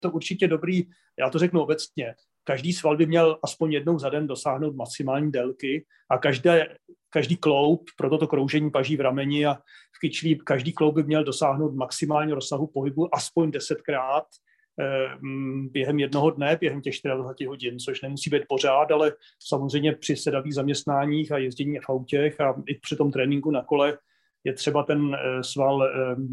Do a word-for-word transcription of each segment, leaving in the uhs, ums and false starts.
to určitě dobrý, já to řeknu obecně, každý sval by měl aspoň jednou za den dosáhnout maximální délky a každé, každý kloub, proto to kroužení paží v rameni a v kyčlí, každý kloub by měl dosáhnout maximální rozsahu pohybu aspoň desetkrát během jednoho dne, během těch dvaceti čtyři hodin, což nemusí být pořád, ale samozřejmě při sedavých zaměstnáních a jezdění v autě a i při tom tréninku na kole je třeba ten sval.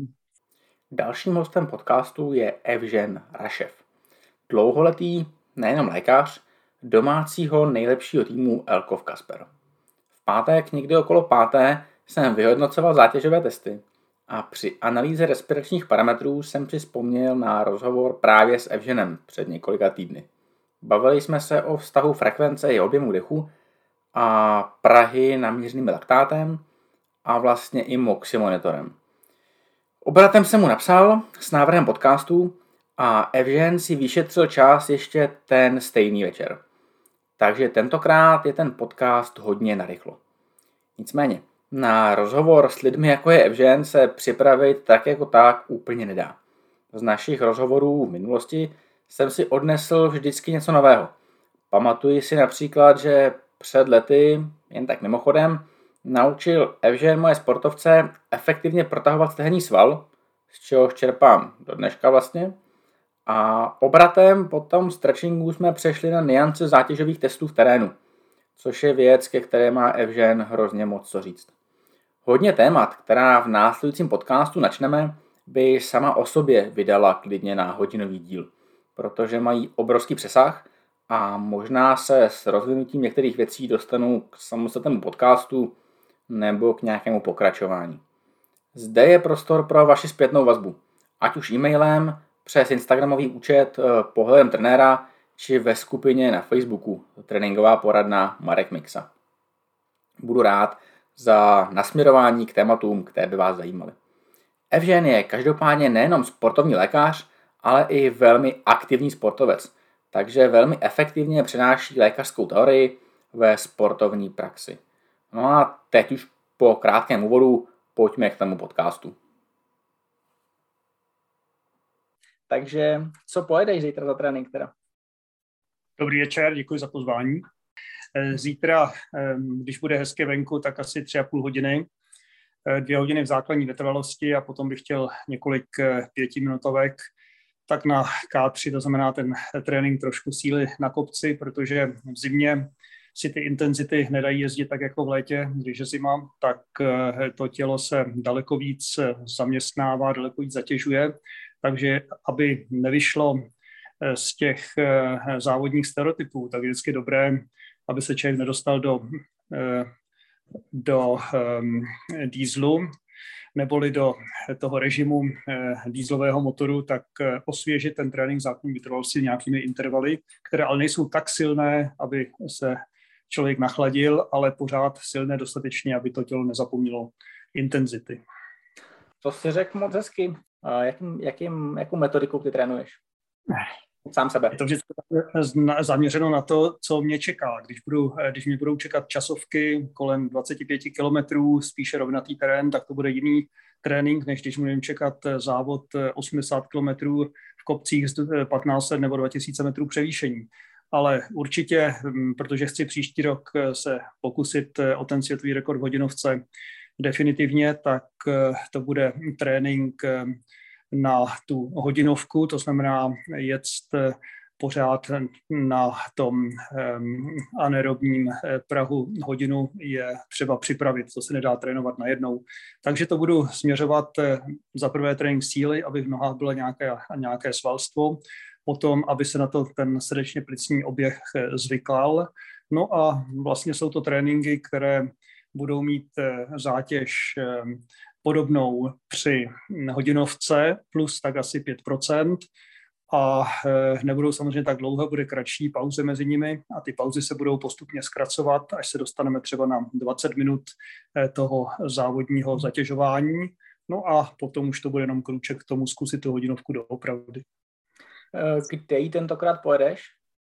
Dalším hostem podcastu je Evžen Rašev. Dlouholetý, nejenom lékař, domácího nejlepšího týmu Elkov Kasper. V pátek, někdy okolo páté, jsem vyhodnocoval zátěžové testy a při analýze respiračních parametrů jsem si vzpomněl na rozhovor právě s Evženem před několika týdny. Bavili jsme se o vztahu frekvence i objemu dechu a prahy namířeným laktátem a vlastně i moxy monitorem. Obratem jsem mu napsal s návrhem podcastu a Evžen si vyšetřil čas ještě ten stejný večer. Takže tentokrát je ten podcast hodně narychlo. Nicméně, na rozhovor s lidmi jako je Evžen se připravit tak jako tak úplně nedá. Z našich rozhovorů v minulosti jsem si odnesl vždycky něco nového. Pamatuji si například, že před lety, jen tak mimochodem, naučil Evžen moje sportovce efektivně protahovat stehenní sval, z čehož čerpám do dneška vlastně. A obratem po tom stretchingu jsme přešli na nuance zátěžových testů v terénu, což je věc, ke které má Evžen hrozně moc co říct. Hodně témat, která v následujícím podcastu načneme, by sama o sobě vydala klidně na hodinový díl, protože mají obrovský přesah a možná se s rozvinutím některých věcí dostanu k samostatnému podcastu nebo k nějakému pokračování. Zde je prostor pro vaši zpětnou vazbu, ať už e-mailem, přes instagramový účet Pohledem trenéra, či ve skupině na Facebooku Tréninková poradna Marek Mixa. Budu rád za nasměrování k tématům, které by vás zajímaly. Evžen je každopádně nejenom sportovní lékař, ale i velmi aktivní sportovec, takže velmi efektivně přenáší lékařskou teorii ve sportovní praxi. No a teď už po krátkém úvodu pojďme k tomu podcastu. Takže co pojedeš zítra za trénink teda? Dobrý večer, děkuji za pozvání. Zítra, když bude hezké venku, tak asi tři a půl hodiny, dvě hodiny v základní vytrvalosti a potom bych chtěl několik pětiminutovek, tak na ká tři, to znamená ten trénink trošku síly na kopci, protože v zimě si ty intenzity nedají jezdit tak jako v létě, když je zima, tak to tělo se daleko víc zaměstnává, daleko víc zatěžuje, takže aby nevyšlo z těch závodních stereotypů, tak je vždycky dobré, aby se člověk nedostal do, do dýzlu, neboli do toho režimu dýzlového motoru, tak osvěžit ten trénink základní vytrvalosti nějakými intervaly, které ale nejsou tak silné, aby se člověk nachladil, ale pořád silné dostatečně, aby to tělo nezapomnělo intenzity. To si řekl moc hezky. Jakým, jakým, jakou metodikou ty trénuješ? Sám sebe. Je to vždycky zaměřeno na to, co mě čeká. Když, budu, když mě budou čekat časovky kolem dvacet pět kilometrů, spíše rovnatý terén, tak to bude jiný trénink, než když budeme čekat závod osmdesát kilometrů v kopcích z patnáct set nebo dva tisíce metrů převýšení. Ale určitě, protože chci příští rok se pokusit o ten světový rekord v hodinovce definitivně, tak to bude trénink na tu hodinovku, to znamená jet pořád na tom anaerobním prahu hodinu je třeba připravit, to se nedá trénovat najednou. Takže to budu směřovat za prvé trénink síly, aby v nohách bylo nějaké, nějaké svalstvo, potom, aby se na to ten srdečně plicní oběh zvyklal. No a vlastně jsou to tréninky, které budou mít zátěž podobnou při hodinovce, plus tak asi pět procent a nebudou samozřejmě tak dlouho, bude kratší pauze mezi nimi a ty pauzy se budou postupně zkracovat, až se dostaneme třeba na dvacet minut toho závodního zatěžování. No a potom už to bude jenom krůček k tomu zkusit tu hodinovku doopravdy. Kde ji tentokrát pojedeš?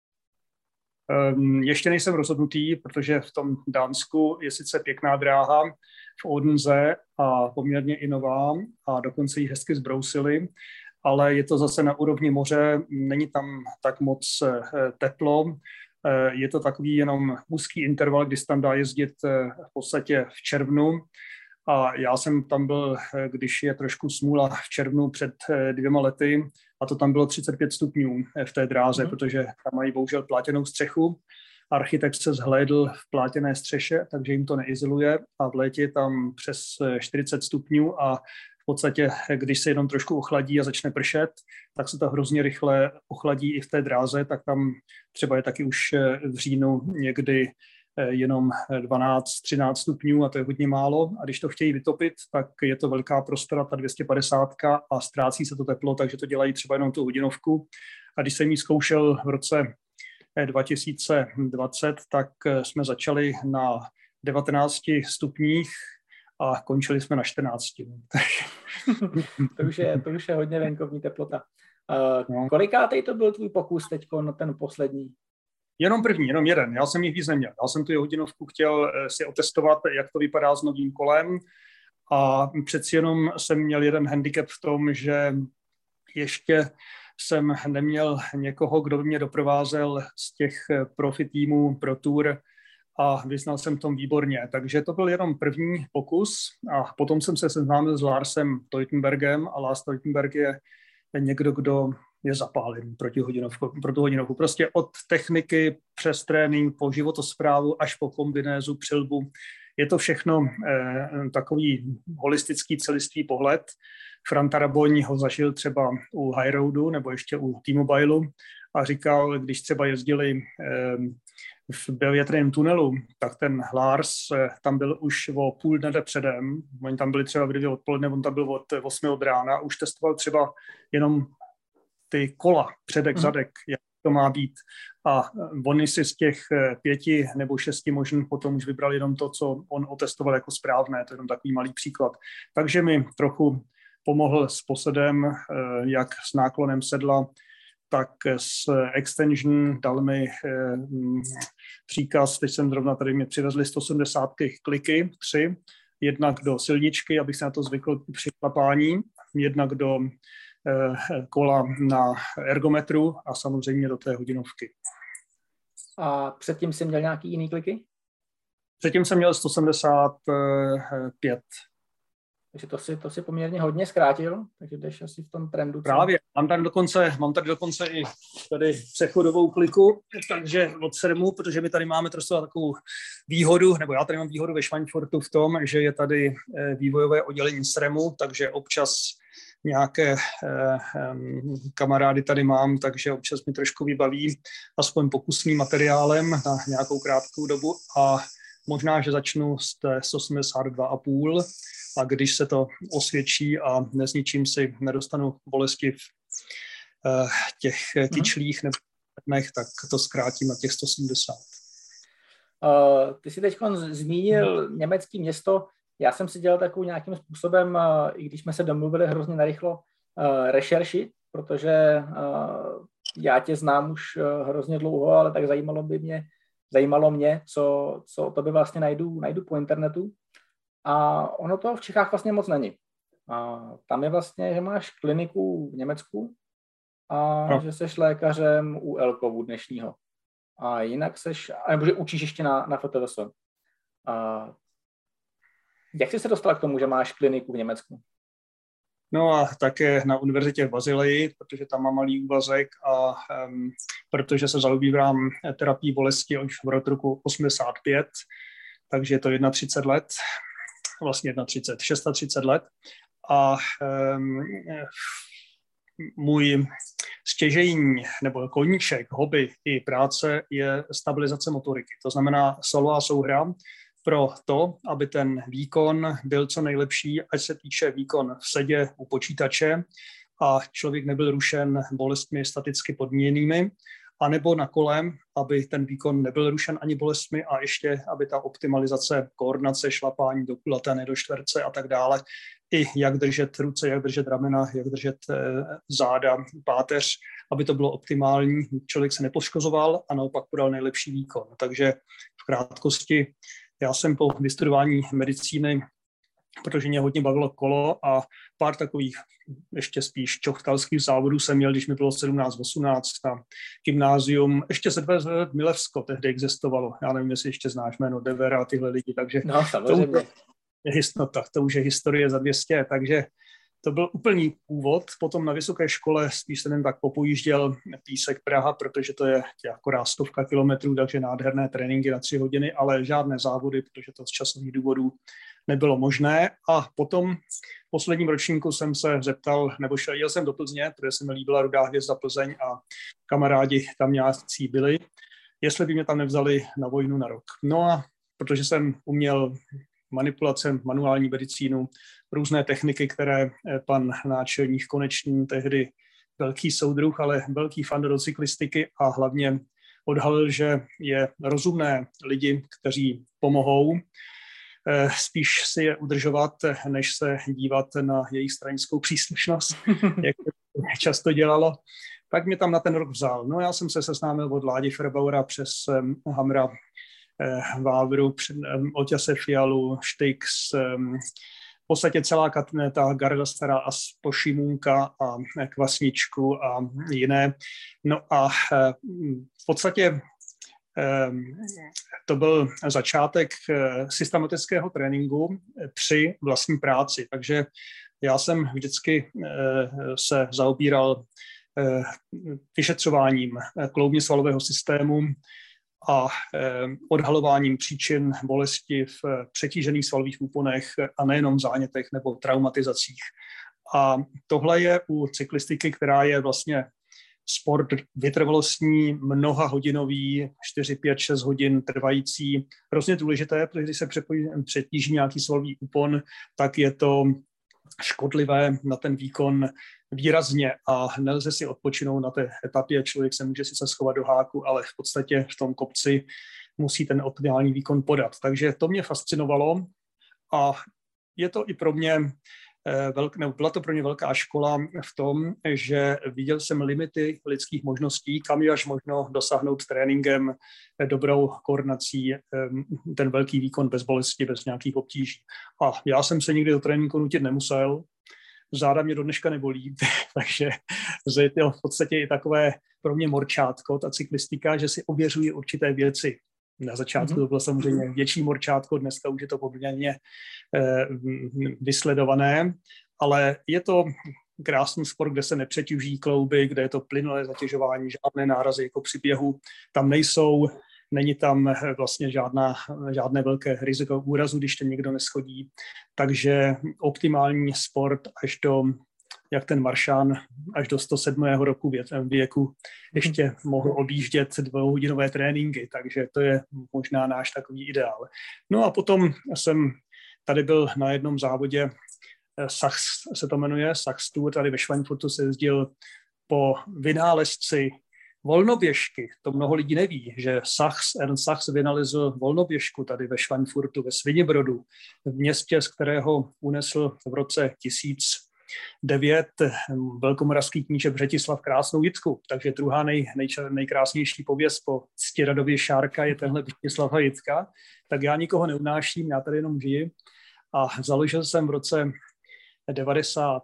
Ještě nejsem rozhodnutý, protože v tom Dánsku je sice pěkná dráha v Odense a poměrně i nová a dokonce ji hezky zbrousili, ale je to zase na úrovni moře, není tam tak moc teplo, je to takový jenom úzký interval, kdy se tam dá jezdit v podstatě v červnu. A já jsem tam byl, když je trošku smůla, v červnu před dvěma lety a to tam bylo třicet pět stupňů v té dráze, mm. protože tam mají bohužel plátěnou střechu. Architekt se zhlédl v plátěné střeše, takže jim to neizoluje a v létě je tam přes čtyřicet stupňů a v podstatě, když se jenom trošku ochladí a začne pršet, tak se to hrozně rychle ochladí i v té dráze, tak tam třeba je taky už v říjnu někdy jenom dvanáct třináct stupňů a to je hodně málo. A když to chtějí vytopit, tak je to velká prostora, ta dvě stě padesát a ztrácí se to teplo, takže to dělají třeba jenom tu hodinovku. A když jsem ji zkoušel v roce dva tisíce dvacet, tak jsme začali na devatenácti stupních a končili jsme na čtrnácti. to, už je, to už je hodně venkovní teplota. Uh, no. Kolikátej to byl tvůj pokus teď na ten poslední? Jenom první, jenom jeden. Já jsem jich víc neměl. Já jsem tu hodinovku chtěl si otestovat, jak to vypadá s novým kolem a přeci jenom jsem měl jeden handicap v tom, že ještě jsem neměl někoho, kdo by mě doprovázel z těch profi týmů pro Tour a vyznal jsem v tom výborně. Takže to byl jenom první pokus a potom jsem se seznámil s Larsem Teutenbergem a Lars Teutenberg je někdo, kdo je zapálený proti hodinovku, pro tu hodinovku. Prostě od techniky přes trénink po životosprávu až po kombinézu, přilbu. Je to všechno eh, takový holistický celistvý pohled. Fran Taraboň ho zažil třeba u High Roadu nebo ještě u T-Mobileu a říkal, když třeba jezdili eh, v belvětrném tunelu, tak ten Lars eh, tam byl už o půl dne předem. Oni tam byli třeba v devět odpoledne, on tam byl od osmi od rána. Už testoval třeba jenom ty kola, předek, mm. zadek, jak to má být. A oni si z těch pěti nebo šesti možných potom už vybrali jenom to, co on otestoval jako správné. To je jenom takový malý příklad. Takže mi trochu pomohl s posedem, jak s náklonem sedla, tak s extension, dal mi příkaz, teď jsem zrovna tady mi přivezli sto sedmdesát kliky, tři, jednak do silničky, abych se na to zvykl při klapání, jednak do kola na ergometru a samozřejmě do té hodinovky. A předtím jsi měl nějaký jiný kliky? Předtím jsem měl sto sedmdesát pět. Takže to si, to si poměrně hodně zkrátil, takže jdeš asi v tom trendu. Co? Právě, mám tady dokonce, mám tady dokonce i tady přechodovou kliku, takže od sermu, protože my tady máme trošku takovou výhodu, nebo já tady mám výhodu ve Schweinfurtu v tom, že je tady vývojové oddělení sermu, takže občas nějaké eh, kamarády tady mám, takže občas mi trošku vybaví aspoň pokusným materiálem na nějakou krátkou dobu a možná, že začnu z té sto osmdesát dva a půl a když se to osvědčí a nezničím si, nedostanu bolesti v eh, těch kyčlích nebo dnech, tak to zkrátím na těch sto sedmdesát. Uh, ty jsi teď zmínil německé město. Já jsem si dělal takovou nějakým způsobem, i když jsme se domluvili hrozně narychlo, rešerši, protože já tě znám už hrozně dlouho, ale tak zajímalo by mě, zajímalo mě, co, co o tobě vlastně najdu, najdu po internetu. A ono to v Čechách vlastně moc není. A tam je vlastně, že máš kliniku v Německu a no. že seš lékařem u Elkovu dnešního. A jinak seš, nebo že učíš ještě na, na F T V S. A jak jsi se dostal k tomu, že máš kliniku v Německu? No a také na univerzitě v Bazileji, protože tam mám malý úvazek a um, protože se zaobírám terapii bolesti už v roku osmdesát pět, takže je to třicet jedna let, vlastně třicet jedna, třicet šest let a um, můj stěžejní nebo koníček, hobby i práce je stabilizace motoriky. To znamená solová souhra pro to, aby ten výkon byl co nejlepší, ať se týče výkon v sedě u počítače a člověk nebyl rušen bolestmi staticky podmíněnými, anebo na kole, aby ten výkon nebyl rušen ani bolestmi a ještě, aby ta optimalizace koordinace, šlapání do kulaté, do čtverce a tak dále, i jak držet ruce, jak držet ramena, jak držet záda, páteř, aby to bylo optimální, člověk se nepoškozoval a naopak podal nejlepší výkon. Takže v krátkosti já jsem po vystudování medicíny protože mě hodně bavilo kolo a pár takových ještě spíš čochtalských závodů jsem měl, když mi bylo sedmnáct osmnáct na gymnázium. Ještě se dvě Milevsko tehdy existovalo. Já nevím, jestli ještě znáš jméno Devera a tyhle lidi, takže no, samozřejmě. To už je, no, tak, to už je historie za dvě stě, takže to byl úplný úvod. Potom na vysoké škole spíš jsem jen tak popojížděl Písek Praha, protože to je akorát stovka kilometrů, takže nádherné tréninky na tři hodiny, ale žádné závody, protože to z časových důvodů nebylo možné. A potom v posledním ročníku jsem se zeptal, nebo šel, jel jsem do Plzně, protože se mi líbila Rudá hvězda Plzeň a kamarádi tam nějací byli, jestli by mě tam nevzali na vojnu na rok. No a protože jsem uměl manipulace, manuální medicínu, různé techniky, které pan náčelník Konečný, tehdy velký soudruh, ale velký fan do cyklistiky a hlavně odhalil, že je rozumné lidi, kteří pomohou, spíš si je udržovat, než se dívat na jejich stranickou příslušnost, jak to často dělalo. Tak mě tam na ten rok vzal. No já jsem se seznámil od Ládi Ferbauera přes Hamra, Vávru, Oťase Fialu, Styx, v podstatě celá ta garda stará až po Šimunka a Kvasničku a jiné. No a v podstatě to byl začátek systematického tréninku při vlastní práci, takže já jsem vždycky se zaobíral vyšetřováním kloubně svalového systému a odhalováním příčin bolesti v přetížených svalových úponech a nejenom v zánětech nebo traumatizacích. A tohle je u cyklistiky, která je vlastně sport vytrvalostní, mnoha hodinový, čtyři, pět, šest hodin trvající, hrozně důležité, protože když se přetíží nějaký svalový úpon, tak je to škodlivé na ten výkon výrazně a nelze si odpočinout na té etapě. Člověk se může sice schovat do háku, ale v podstatě v tom kopci musí ten optimální výkon podat. Takže to mě fascinovalo a je to i pro mě velk, nebo byla to pro mě velká škola v tom, že viděl jsem limity lidských možností, kam je až možno dosáhnout tréninkem, dobrou koordinací, ten velký výkon bez bolesti, bez nějakých obtíží. A já jsem se nikdy do tréninku nutit nemusel, záda mě do dneška nebolí, takže je to v podstatě i takové pro mě morčátko, ta cyklistika, že si ověřují určité věci. Na začátku to bylo samozřejmě větší morčátko, dneska už je to poměrně eh, vysledované, ale je to krásný sport, kde se nepřetíží klouby, kde je to plynulé zatěžování, žádné nárazy jako při běhu tam nejsou, není tam vlastně žádná, žádné velké riziko úrazu, když ten někdo neschodí, takže optimální sport až do, jak ten Maršán, až do sto sedmého roku věku ještě mohl objíždět dvouhodinové tréninky, takže to je možná náš takový ideál. No a potom jsem tady byl na jednom závodě, Sachs se to jmenuje, Sachs Tour, tady ve Schweinfurtu se jezdil po vynálezci volnoběžky. To mnoho lidí neví, že Sachs, Ernst Sachs vynalezl volnoběžku tady ve Schweinfurtu, ve Svinibrodu, v městě, z kterého unesl v roce tisíc devět velkomoravský kníže Břetislav krásnou Jitku. Takže druhá nej, nej, nejkrásnější pověst po Ctiradově Šárka je tenhle Břetislava Jitka. Tak já nikoho neunáším, já tady jenom žiji. A založil jsem v roce devadesát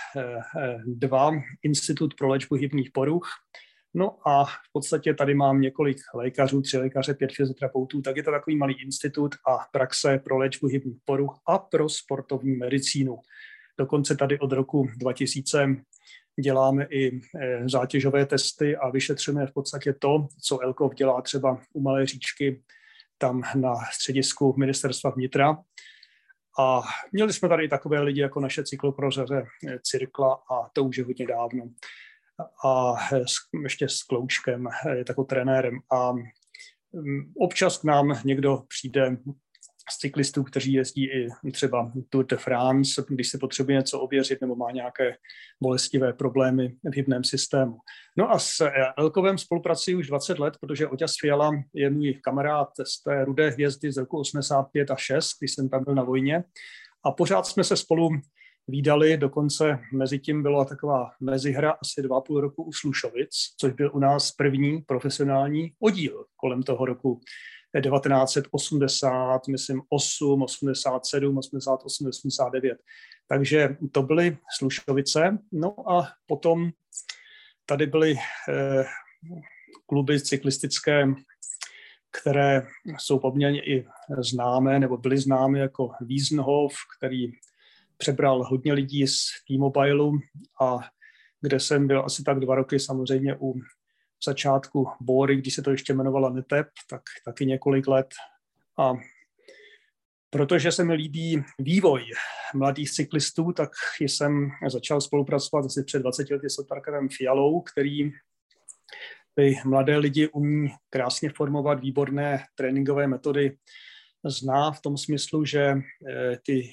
dva Institut pro léčbu hybných poruch. No a v podstatě tady mám několik lékařů, tři lékaře, pět fyzioterapeutů, tak je to takový malý institut a praxe pro léčbu hybných poruch a pro sportovní medicínu. Dokonce tady od roku dva tisíce děláme i zátěžové testy a vyšetřujeme v podstatě to, co Elkov dělá třeba u Malé Říčky, tam na středisku ministerstva vnitra. A měli jsme tady takové lidi jako naše cykloprořaře Cirkla a to už je hodně dávno. A ještě s Kloučkem, jako trenérem. A občas k nám někdo přijde z cyklistů, kteří jezdí i třeba Tour de France, když se potřebuje něco ověřit nebo má nějaké bolestivé problémy v hybném systému. No a s Elkovem spolupracuji už dvacet let, protože Oťas Fiala je můj kamarád z té Rudé hvězdy z roku osmdesát pět a šest, když jsem tam byl na vojně. A pořád jsme se spolu vídali, dokonce mezi tím byla taková mezihra asi dva a půl roku u Slušovic, což byl u nás první profesionální oddíl kolem toho roku devatenáct set osmdesát, myslím osm, osmdesát sedm, osmdesát osm, osmdesát devět. Takže to byly Slušovice. No a potom tady byly eh, kluby cyklistické, které jsou poměrně i známé, nebo byly známé jako Wiesenhof, který přebral hodně lidí z T-Mobileu a kde jsem byl asi tak dva roky samozřejmě u začátku Bóry, když se to ještě jmenovalo Netep, tak taky několik let. A protože se mi líbí vývoj mladých cyklistů, tak jsem začal spolupracovat asi před dvaceti lety s Otarkarem Fialou, který ty mladé lidi umí krásně formovat výborné tréninkové metody. Zná v tom smyslu, že ty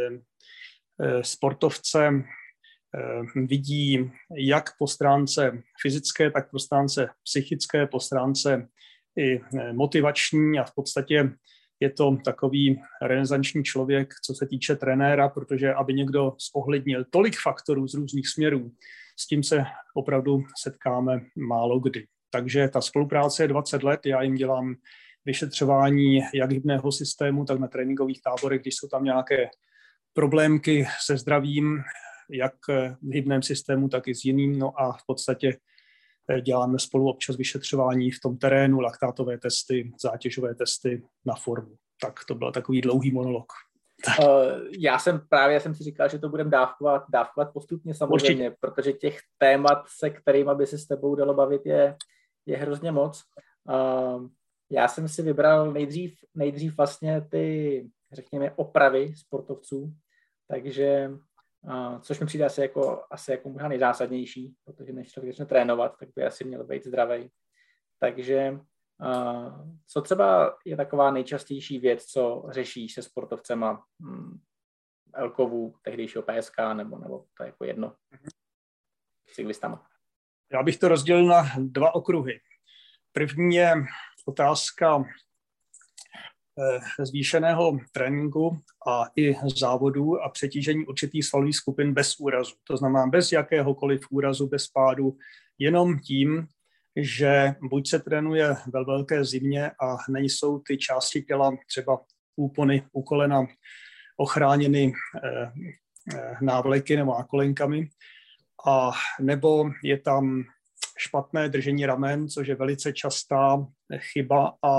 sportovce vidí jak po stránce fyzické, tak po stránce psychické, po stránce i motivační a v podstatě je to takový renesanční člověk, co se týče trenéra, protože aby někdo zohlednil tolik faktorů z různých směrů, s tím se opravdu setkáme málo kdy. Takže ta spolupráce je dvacet let, já jim dělám vyšetřování jak hybného systému, tak na tréninkových táborech, když jsou tam nějaké problémky se zdravím, jak v hybném systému, tak i s jiným. No a v podstatě děláme spolu občas vyšetřování v tom terénu, laktátové testy, zátěžové testy na formu. Tak to byl takový dlouhý monolog. Uh, já jsem právě jsem si říkal, že to budeme dávkovat, dávkovat postupně samozřejmě, určitě. Protože těch témat, se kterými by se s tebou dalo bavit, je, je hrozně moc. Uh, já jsem si vybral nejdřív, nejdřív vlastně ty, řekněme, opravy sportovců, takže Uh, což mi přijde asi jako, asi jako možná nejzásadnější, protože než člověk začne trénovat, tak by asi měl být zdravý. Takže uh, co třeba je taková nejčastější věc, co řešíš se sportovcema hmm, Elkovu, tehdejšího P S K, nebo, nebo to je jako jedno, cyklistama? Já bych to rozdělil na dva okruhy. První je otázka zvýšeného tréninku a i závodů a přetížení určitých svalových skupin bez úrazu. To znamená bez jakéhokoliv úrazu, bez pádu, jenom tím, že buď se trénuje ve velké zimě a nejsou ty části těla, třeba úpony u kolena, ochráněny eh, eh, návleky nebo nákolenkami, a nebo je tam špatné držení ramen, což je velice častá chyba a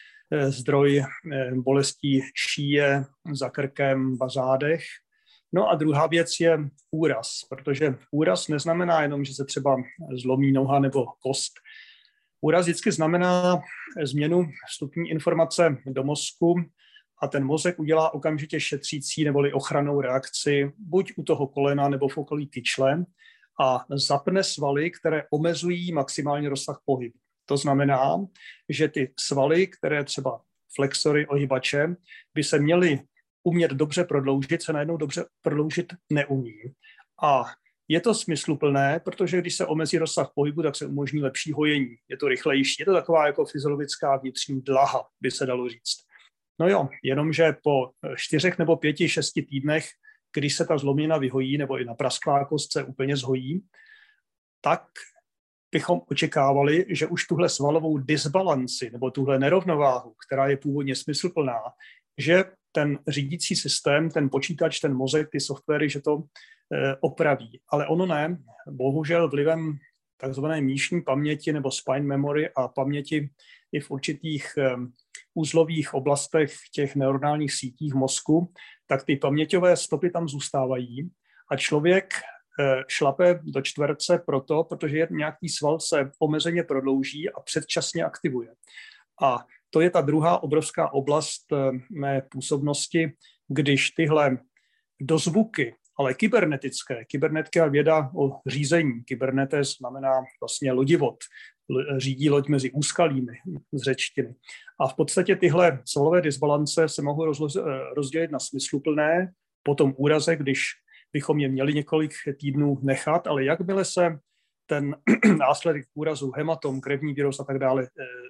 zdroj bolestí šíje, za krkem, v zádech. No a druhá věc je úraz, protože úraz neznamená jenom, že se třeba zlomí noha nebo kost. Úraz vždycky znamená změnu vstupní informace do mozku a ten mozek udělá okamžitě šetřící neboli ochrannou reakci buď u toho kolena nebo v okolí kyčle a zapne svaly, které omezují maximální rozsah pohybu. To znamená, že ty svaly, které třeba flexory, ohybače, by se měly umět dobře prodloužit, se najednou dobře prodloužit neumí. A je to smysluplné, protože když se omezí rozsah pohybu, tak se umožní lepší hojení. Je to rychlejší. Je to taková jako fyziologická vnitřní dlaha, by se dalo říct. No jo, jenomže po čtyřech nebo pěti, šesti týdnech, když se ta zlomina vyhojí, nebo i na prasklá kost se úplně zhojí, tak bychom očekávali, že už tuhle svalovou disbalanci nebo tuhle nerovnováhu, která je původně smysluplná, že ten řídící systém, ten počítač, ten mozek, ty softwary, že to e, opraví. Ale ono ne, bohužel vlivem takzvané míšní paměti nebo spine memory a paměti i v určitých e, uzlových oblastech těch neuronálních sítích mozku, tak ty paměťové stopy tam zůstávají a člověk šlape do čtverce proto, protože nějaký sval se omezeně prodlouží a předčasně aktivuje. A to je ta druhá obrovská oblast mé působnosti, když tyhle dozvuky, ale kybernetické, kybernetika je věda o řízení, kybernetes znamená vlastně lodivod, řídí loď mezi úskalími z řečtiny. A v podstatě tyhle svalové disbalance se mohou rozdělit na smysluplné, potom úraze, když bychom je měli několik týdnů nechat, ale jakmile se ten následek úrazu, hematom, krevní virus a tak dále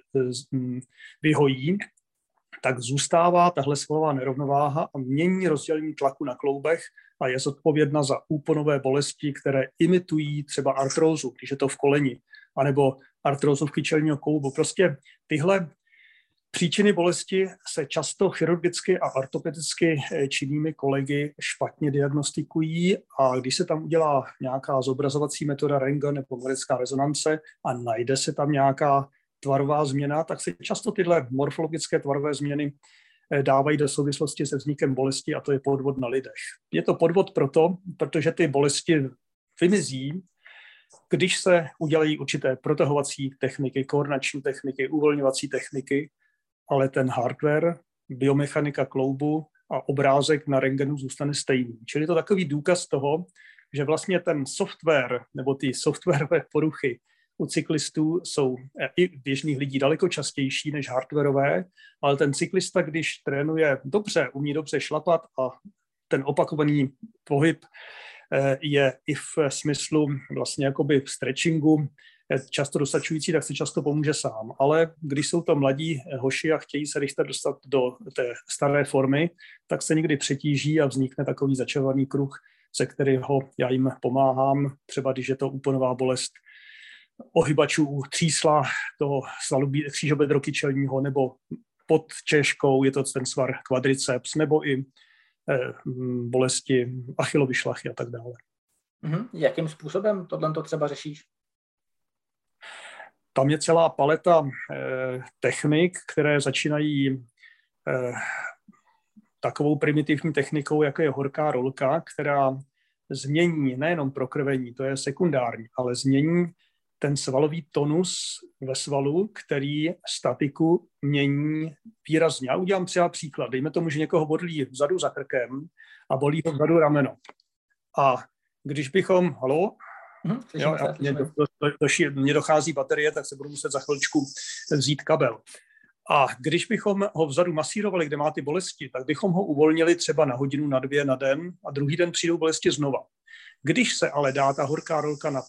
vyhojí, tak zůstává tahle svalová nerovnováha a mění rozdělení tlaku na kloubech a je zodpovědná za úponové bolesti, které imitují třeba artrózu, když je to v koleni, anebo artrózu v kyčelního kloubu. Prostě tyhle Příčiny bolesti se často chirurgicky a ortopedicky činnými kolegy špatně diagnostikují a když se tam udělá nějaká zobrazovací metoda rentgen nebo magnetická rezonance a najde se tam nějaká tvarová změna, tak se často tyhle morfologické tvarové změny dávají do souvislosti se vznikem bolesti a to je podvod na lidech. Je to podvod proto, protože ty bolesti vymizí, když se udělají určité protahovací techniky, koordinační techniky, uvolňovací techniky, ale ten hardware, biomechanika kloubu a obrázek na rentgenu zůstane stejný. Čili je to takový důkaz toho, že vlastně ten software nebo ty softwarové poruchy u cyklistů jsou i běžných lidí daleko častější než hardwareové, ale ten cyklista, když trénuje dobře, umí dobře šlapat a ten opakovaný pohyb je i v smyslu vlastně jakoby stretchingu často dostačující, tak si často pomůže sám. Ale když jsou to mladí hoši a chtějí se rychle dostat do té staré formy, tak se někdy přetíží a vznikne takový začarovaný kruh, se kterého já jim pomáhám. Třeba když je to úponová bolest ohybačů třísla toho svalu křížobedrokyčelního nebo pod češkou je to ten svar kvadriceps nebo i eh, bolesti achilovy šlachy a tak dále. Mm-hmm. Jakým způsobem tohle to třeba řešíš? Tam je celá paleta eh, technik, které začínají eh, takovou primitivní technikou, jako je horká rolka, která změní nejenom prokrvení, to je sekundární, ale změní ten svalový tonus ve svalu, který statiku mění výrazně. Já udělám třeba příklad. Dejme tomu, že někoho bodlí vzadu za krkem a bolí ho vzadu rameno. A když bychom, halo? Hmm, jo, se, mě, do, do, do, mě dochází baterie, tak se budu muset za chviličku vzít kabel. A když bychom ho vzadu masírovali, kde má ty bolesti, tak bychom ho uvolnili třeba na hodinu, na dvě, na den a druhý den přijdou bolesti znova. Když se ale dá ta horká rolka na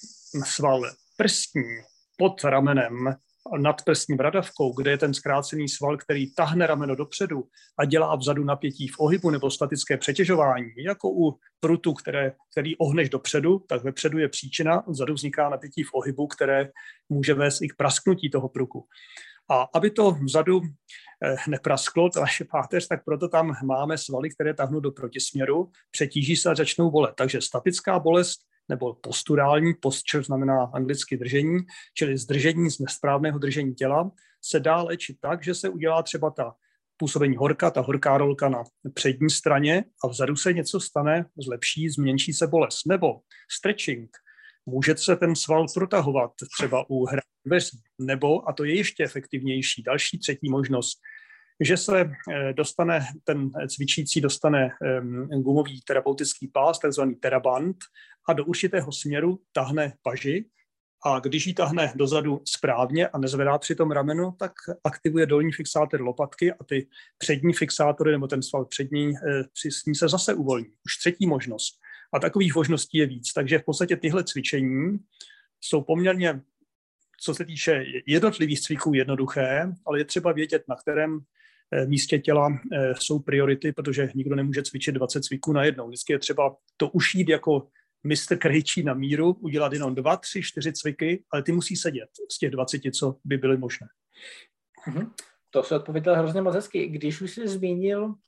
sval prstní pod ramenem nad prstní bradavkou, kde je ten zkrácený sval, který tahne rameno dopředu a dělá vzadu napětí v ohybu nebo statické přetěžování, jako u prutu, které, který ohneš dopředu, tak vepředu je příčina, vzadu vzniká napětí v ohybu, které může vést i k prasknutí toho pruku. A aby to vzadu neprasklo, ta naše páteř, tak proto tam máme svaly, které tahnou do protisměru, přetíží se a začnou bolet. Takže statická bolest nebo posturální, posture znamená anglicky držení, čili zdržení z nesprávného držení těla, se dá léčit tak, že se udělá třeba ta působení horka, ta horká rolka na přední straně a vzadu se něco stane, zlepší, zmenší se bolest. Nebo stretching, může se ten sval protahovat třeba u hraní dveří, nebo, a to je ještě efektivnější, další třetí možnost, že se dostane, ten cvičící dostane gumový terapeutický pás, takzvaný teraband, a do určitého směru tahne paži a když ji tahne dozadu správně a nezvedá při tom rameno, tak aktivuje dolní fixátor lopatky a ty přední fixátory nebo ten sval přední s ní se zase uvolní. Už třetí možnost. A takových možností je víc. Takže v podstatě tyhle cvičení jsou poměrně, co se týče jednotlivých cviků, jednoduché, ale je třeba vědět, na kterém místě těla jsou priority, protože nikdo nemůže cvičit dvacet cviků najednou. Vždycky je třeba to ušít jako mistr krejčí na míru, udělat jenom dva, tři, čtyři cviky, ale ty musí sedět z těch dvaceti, co by byly možné. Mm-hmm. To se odpověděl hrozně moc hezky. Když už jsi zmínil uh,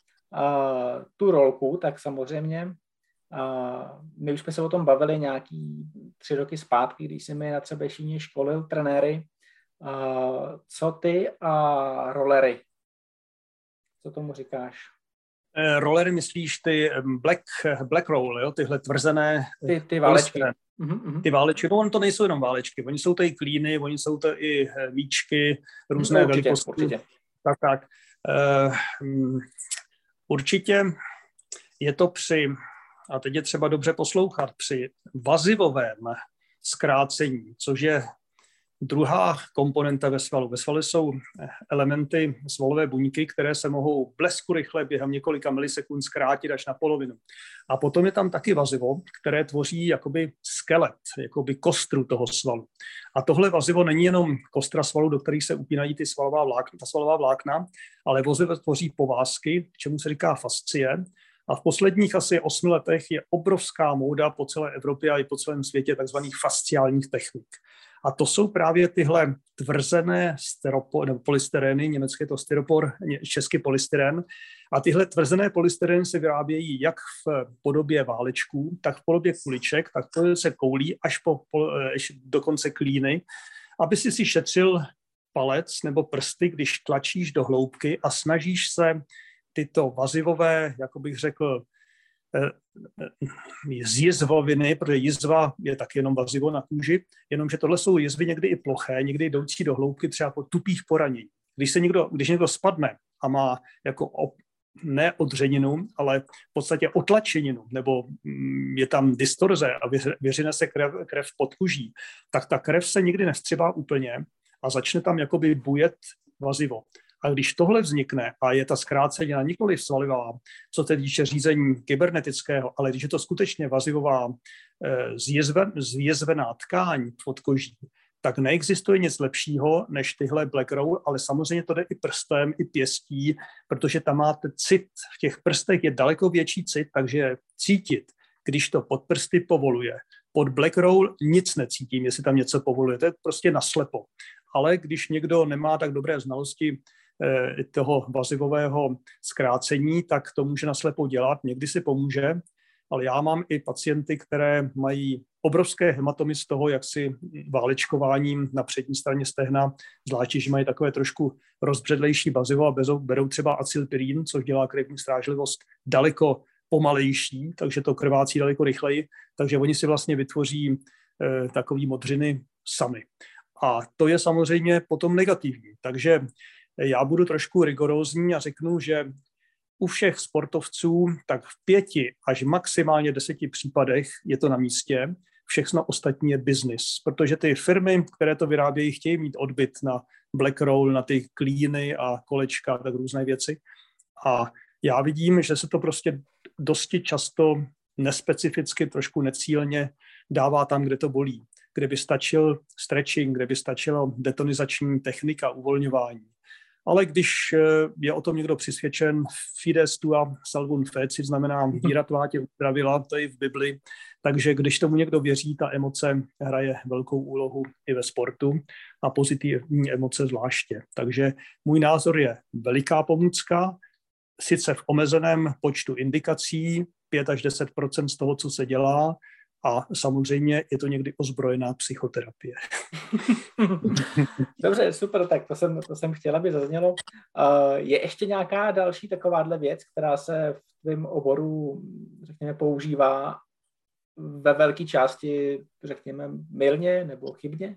tu rolku, tak samozřejmě uh, my už jsme se o tom bavili nějaký tři roky zpátky, když jsi mi na Třebešíně školil trenéry. Uh, co ty a rollery? Co tomu říkáš? Rollery myslíš ty black, black roll, jo? Tyhle tvrzené... Ty, ty válečky. Uh-huh. Ty válečky, no on to nejsou jenom válečky, oni jsou to i klíny, oni jsou to i míčky, různé určitě, velikosti. Určitě. Tak, tak. Uh, um, určitě je to při, a teď je třeba dobře poslouchat, při vazivovém zkrácení, což je druhá komponenta ve svalu. Ve svalu jsou elementy svalové buňky, které se mohou blesku rychle během několika milisekund zkrátit až na polovinu. A potom je tam taky vazivo, které tvoří jakoby skelet, jakoby kostru toho svalu. A tohle vazivo není jenom kostra svalu, do kterých se upínají ty svalová vlákna, ta svalová vlákna, ale vazivo tvoří povázky, čemu se říká fascie. A v posledních asi osmi letech je obrovská móda po celé Evropě a i po celém světě takzvaných fasciálních technik. A to jsou právě tyhle tvrzené styropor, nebo polystyrény, německy je to styropor, česky polystyren. A tyhle tvrzené polystyreny se vyrábějí jak v podobě válečků, tak v podobě kuliček, tak to se koulí až po, po až do konce klíny, aby si si šetřil palec nebo prsty, když tlačíš do hloubky a snažíš se tyto vazivové, jako bych řekl, z jizvoviny, protože jizva je tak jenom vazivo na kůži, jenomže tohle jsou jizvy někdy i ploché, někdy jdoucí do hloubky třeba po tupých poranění. Když se někdo, když někdo spadne a má jako op, ne odřeninu, ale v podstatě otlačeninu, nebo je tam distorze a vyřine se krev, krev pod kůží, tak ta krev se nikdy nevstřebá úplně a začne tam jakoby bujet vazivo. A když tohle vznikne a je ta zkrácenina nikoliv svalivá, co se týče řízení kybernetického, ale když je to skutečně vazivová zjezven, zjezvená tkáň pod koží, tak neexistuje nic lepšího než tyhle black roll, ale samozřejmě to jde i prstem, i pěstí, protože tam máte cit. V těch prstech je daleko větší cit, takže cítit, když to pod prsty povoluje. Pod black roll nic necítím, jestli tam něco povoluje, to je prostě naslepo. Ale když někdo nemá tak dobré znalosti toho vazivového zkrácení, tak to může naslepo dělat, někdy si pomůže, ale já mám i pacienty, které mají obrovské hematomy z toho, jak si válečkováním na přední straně stehna, zvláště, že mají takové trošku rozbředlejší vazivo a berou třeba acylpirín, což dělá krevní strážlivost daleko pomalejší, takže to krvácí daleko rychleji, takže oni si vlastně vytvoří eh, takové modřiny sami. A to je samozřejmě potom negativní, takže já budu trošku rigorózní a řeknu, že u všech sportovců tak v pěti až maximálně deseti případech je to na místě, všechno ostatní je business, protože ty firmy, které to vyrábějí, chtějí mít odbyt na black roll, na ty klíny a kolečka, tak různé věci. A já vidím, že se to prostě dosti často nespecificky, trošku necílně dává tam, kde to bolí, kde by stačil stretching, kde by stačila detonizační technika, uvolňování. Ale když je o tom někdo přisvědčen, fides tua salvum fecit, znamená víra tvá tě uzdravila, to je v Bibli, takže když tomu někdo věří, ta emoce hraje velkou úlohu i ve sportu a pozitivní emoce zvláště. Takže můj názor je veliká pomůcka, sice v omezeném počtu indikací, pět až deset procent z toho, co se dělá, a samozřejmě je to někdy ozbrojená psychoterapie. Dobře, super, tak to jsem, to jsem chtěla, aby zaznělo. Je ještě nějaká další takováhle věc, která se v tvém oboru, řekněme, používá ve velké části, řekněme, mylně nebo chybně?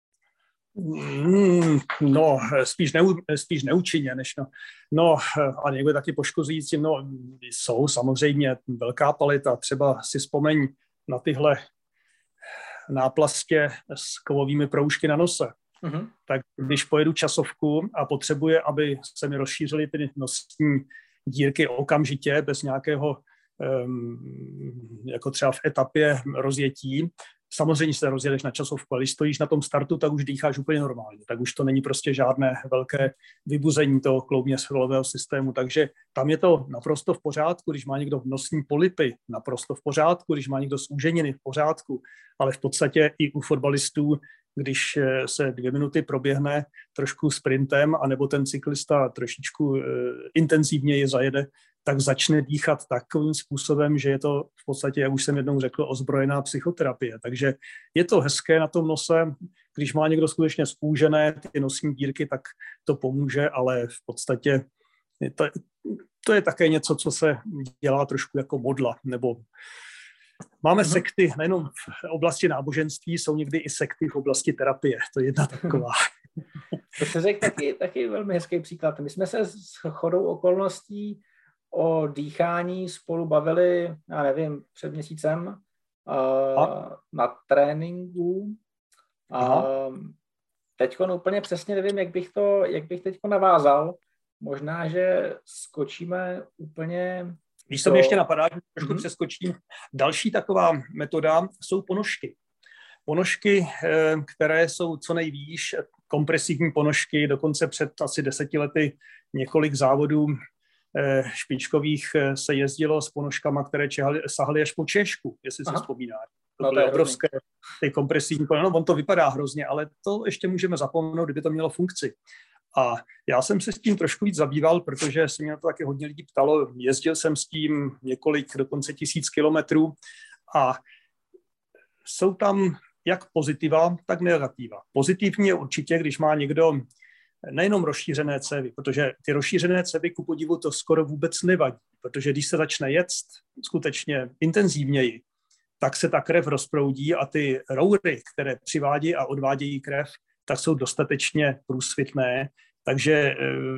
Mm, no, spíš, neu, spíš neúčinně, než no. No, a někdy taky poškozující, no, jsou samozřejmě velká paleta, třeba si vzpomeň na tyhle náplastě s kovovými proužky na nose. Mm-hmm. Tak když pojedu časovku a potřebuje, aby se mi rozšířily ty nosní dírky okamžitě, bez nějakého, um, jako třeba v etapě rozjetí, samozřejmě se rozjedeš na časovku, ale když stojíš na tom startu, tak už dýcháš úplně normálně. Tak už to není prostě žádné velké vybuzení toho kloubně svalového systému. Takže tam je to naprosto v pořádku, když má někdo nosní polipy, naprosto v pořádku, když má někdo zúženiny, v pořádku. Ale v podstatě i u fotbalistů, když se dvě minuty proběhne trošku sprintem, anebo ten cyklista trošičku uh, intenzivněji zajede, tak začne dýchat takovým způsobem, že je to v podstatě, jak už jsem jednou řekl, ozbrojená psychoterapie. Takže je to hezké na tom nose, když má někdo skutečně zúžené ty nosní dírky, tak to pomůže, ale v podstatě to, to je také něco, co se dělá trošku jako modla, nebo máme mm-hmm. sekty, nejenom v oblasti náboženství, jsou někdy i sekty v oblasti terapie, to je jedna taková. To se řekl taky, taky velmi hezký příklad. My jsme se s chodou okolností o dýchání spolu bavili, já nevím, před měsícem uh, na tréninku. A teďko úplně přesně nevím, jak bych to, jak bych teďko navázal. Možná, že skočíme úplně... Víš, co mě ještě napadá, že trošku mm-hmm. přeskočím. Další taková metoda jsou ponožky. Ponožky, které jsou co nejvýš, kompresivní ponožky, dokonce před asi deseti lety několik závodů špičkových se jezdilo s ponožkama, které čehaly, sahaly až po češku, jestli se vzpomínáš. to no, byly to obrovské ty kompresivní kolena. No, on to vypadá hrozně, ale to ještě můžeme zapomenout, kdyby to mělo funkci. A já jsem se s tím trošku víc zabýval, protože se mě na to taky hodně lidí ptalo. Jezdil jsem s tím několik, dokonce tisíc kilometrů a jsou tam jak pozitiva, tak negativa. Pozitivní je určitě, když má někdo nejenom rozšířené cévy, protože ty rozšířené cévy ku podivu to skoro vůbec nevadí, protože když se začne jet skutečně intenzivněji, tak se ta krev rozproudí a ty roury, které přivádí a odvádějí krev, tak jsou dostatečně průsvitné, takže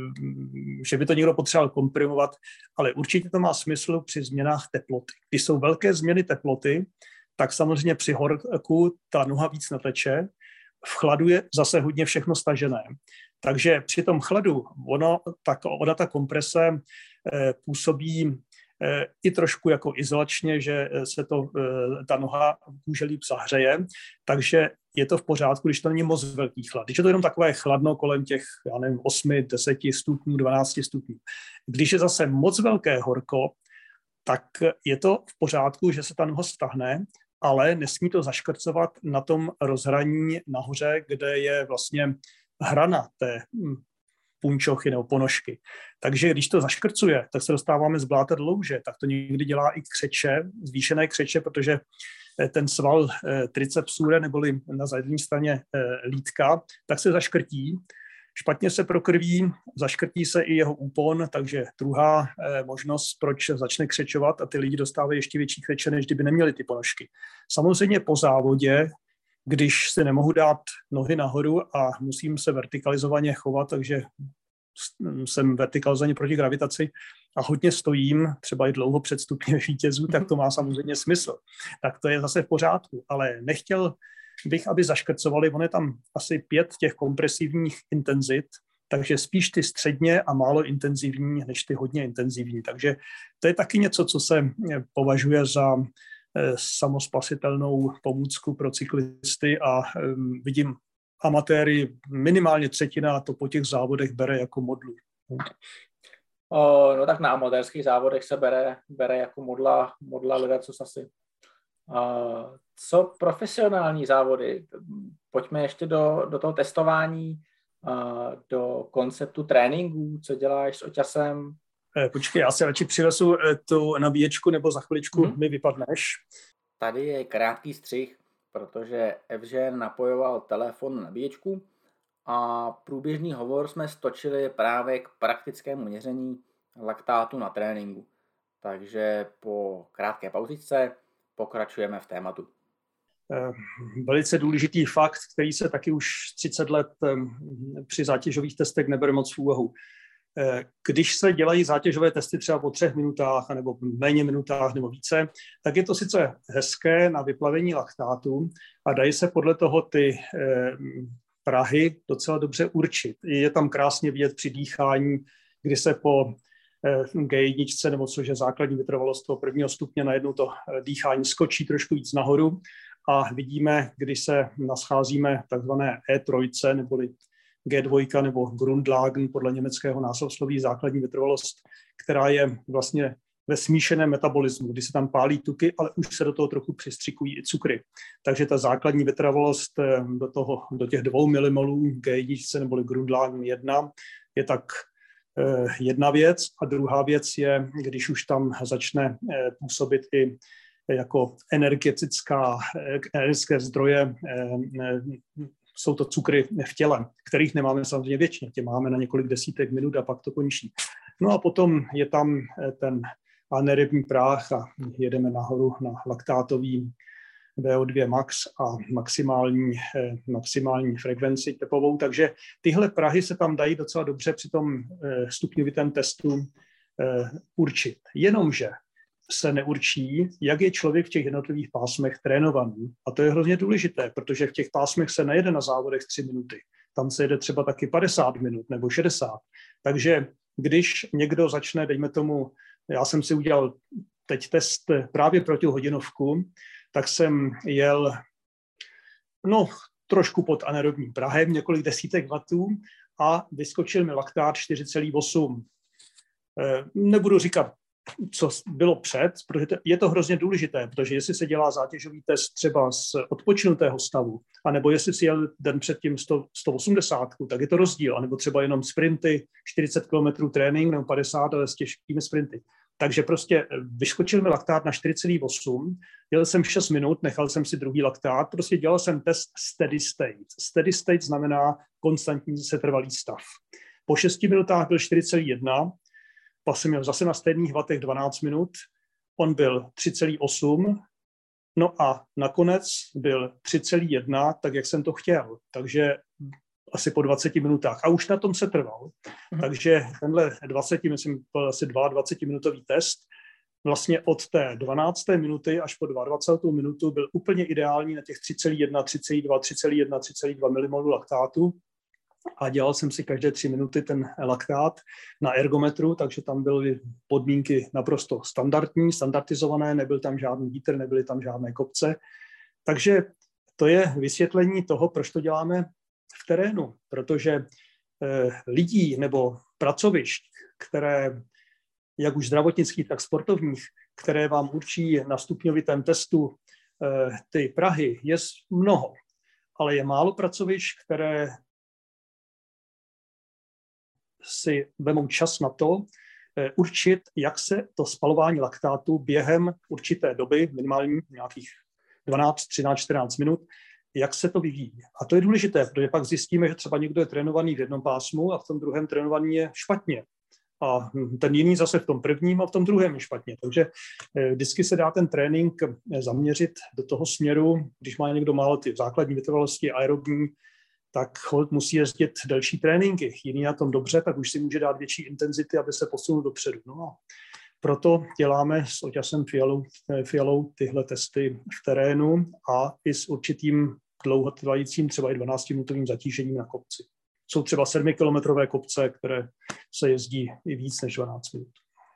že by to někdo potřeboval komprimovat, ale určitě to má smysl při změnách teploty. Když jsou velké změny teploty, tak samozřejmě při horku ta noha víc nateče, v chladu je zase hodně všechno stažené. Takže při tom chladu ono, tak, ona ta komprese eh, působí eh, i trošku jako izolačně, že se to, eh, ta noha kůže líp zahřeje, takže je to v pořádku, když to není moc velký chlad. Když je to jenom takové chladno kolem těch, já nevím, osmi, deseti stupňů, dvanácti stupňů. Když je zase moc velké horko, tak je to v pořádku, že se ta noha stahne, ale nesmí to zaškrcovat na tom rozhraní nahoře, kde je vlastně hrana té punčochy nebo ponožky. Takže když to zaškrcuje, tak se dostáváme z bláta do louže, tak to někdy dělá i křeče, zvýšené křeče, protože ten sval tricepsure neboli na zadní straně lítka, tak se zaškrtí, špatně se prokrví, zaškrtí se i jeho úpon, takže druhá možnost, proč začne křečovat a ty lidi dostávají ještě větší křeče, než kdyby neměli ty ponožky. Samozřejmě po závodě, když si nemohu dát nohy nahoru a musím se vertikalizovaně chovat, takže jsem vertikalizovaně proti gravitaci a hodně stojím, třeba i dlouho před stupněm vítězů, tak to má samozřejmě smysl. Tak to je zase v pořádku, ale nechtěl bych, aby zaškrcovali, on je tam asi pět těch kompresivních intenzit, takže spíš ty středně a málo intenzivní, než ty hodně intenzivní. Takže to je taky něco, co se považuje za samospasitelnou pomůcku pro cyklisty a um, vidím amatéry, minimálně třetina to po těch závodech bere jako modlu. O, no tak na amatérských závodech se bere, bere jako modla, modla ledacos asi. O, co profesionální závody? Pojďme ještě do, do toho testování, o, do konceptu tréninku, co děláš s oťasem. Počkej, já si radši přinesu tu nabíječku, nebo za chviličku mm-hmm. mi vypadneš. Tady je krátký střih, protože Evžen napojoval telefon na nabíječku a průběžný hovor jsme stočili právě k praktickému měření laktátu na tréninku. Takže po krátké pauzičce pokračujeme v tématu. Velice důležitý fakt, který se taky už třicet let při zátěžových testech nebere moc v úvahu. Když se dělají zátěžové testy třeba po třech minutách nebo méně minutách nebo více, tak je to sice hezké na vyplavení laktátu a dají se podle toho ty prahy docela dobře určit. Je tam krásně vidět při dýchání, kdy se po G jedna nebo což je základní vytrvalost toho prvního stupně, najednou to dýchání skočí trošku víc nahoru a vidíme, když se nascházíme takzvané E tři neboli G dva nebo Grundlagen podle německého náslovsloví základní vytrvalost, která je vlastně ve smíšeném metabolismu, kdy se tam pálí tuky, ale už se do toho trochu přistřikují i cukry. Takže ta základní vytrvalost do, toho, do těch dvou milimolů G jedna neboli Grundlagen jedna je tak eh, jedna věc a druhá věc je, když už tam začne eh, působit i jako energetická, energetické zdroje eh, jsou to cukry v těle, kterých nemáme samozřejmě většině, tě máme na několik desítek minut a pak to končí. No a potom je tam ten anaerobní práh a jedeme nahoru na laktátový V O dva max a maximální, maximální frekvenci tepovou, takže tyhle prahy se tam dají docela dobře při tom stupňovitém testu určit. Jenomže se neurčí, jak je člověk v těch jednotlivých pásmech trénovaný. A to je hrozně důležité, protože v těch pásmech se nejede na závodech tři minuty. Tam se jede třeba taky padesát minut nebo šedesát. Takže když někdo začne, dejme tomu, já jsem si udělal teď test právě pro tu hodinovku, tak jsem jel no, trošku pod anaerobním prahem, několik desítek wattů a vyskočil mi laktát čtyři celá osm. Nebudu říkat co bylo před, protože to, je to hrozně důležité, protože jestli se dělá zátěžový test třeba z odpočinutého stavu, anebo jestli si jel den předtím sto, sto osmdesát, tak je to rozdíl, anebo třeba jenom sprinty, čtyřicet kilometrů trénink nebo padesát, ale s těžkými sprinty. Takže prostě vyskočil mi laktát na čtyři celá osm, jel jsem šest minut, nechal jsem si druhý laktát, prostě dělal jsem test steady state. Steady state znamená konstantní setrvalý stav. Po šesti minutách byl čtyři celá jedna, pak jsem měl zase na stejných vatech dvanáct minut, on byl tři celá osm, no a nakonec byl tři celá jedna, tak jak jsem to chtěl, takže asi po dvaceti minutách. A už na tom se trval. Mm. Takže tenhle dvacet, myslím, byl asi dvacetiminutový test, vlastně od té dvanácté minuty až po dvacátou druhou minutu byl úplně ideální na těch tři celá jedna, tři celá dva, tři celá jedna, tři celá dva milimolů laktátu. A dělal jsem si každé tři minuty ten laktát na ergometru, takže tam byly podmínky naprosto standardní, standardizované, nebyl tam žádný vítr, nebyly tam žádné kopce. Takže to je vysvětlení toho, proč to děláme v terénu, protože eh, lidí nebo pracovišť, které, jak už zdravotnických, tak sportovních, které vám určí na stupňovitém testu eh, ty prahy, je mnoho, ale je málo pracovišť, které si vemou čas na to eh, určit, jak se to spalování laktátu během určité doby, minimálně nějakých dvanáct, třináct, čtrnáct minut, jak se to vyvíjí. A to je důležité, protože pak zjistíme, že třeba někdo je trénovaný v jednom pásmu a v tom druhém trénovaný je špatně. A ten jiný zase v tom prvním a v tom druhém je špatně. Takže vždycky se dá ten trénink zaměřit do toho směru, když má někdo málo ty základní vytrvalosti aerobní, tak holt musí jezdit delší tréninky. Jiný na tom dobře, tak už si může dát větší intenzity, aby se posunul dopředu. No a proto děláme s Oťasem Fialou, Fialou tyhle testy v terénu a i s určitým dlouhotrvajícím, třeba i dvanáctiminutovým zatížením na kopci. Jsou třeba sedmikilometrové kopce, které se jezdí i víc než dvanáct minut.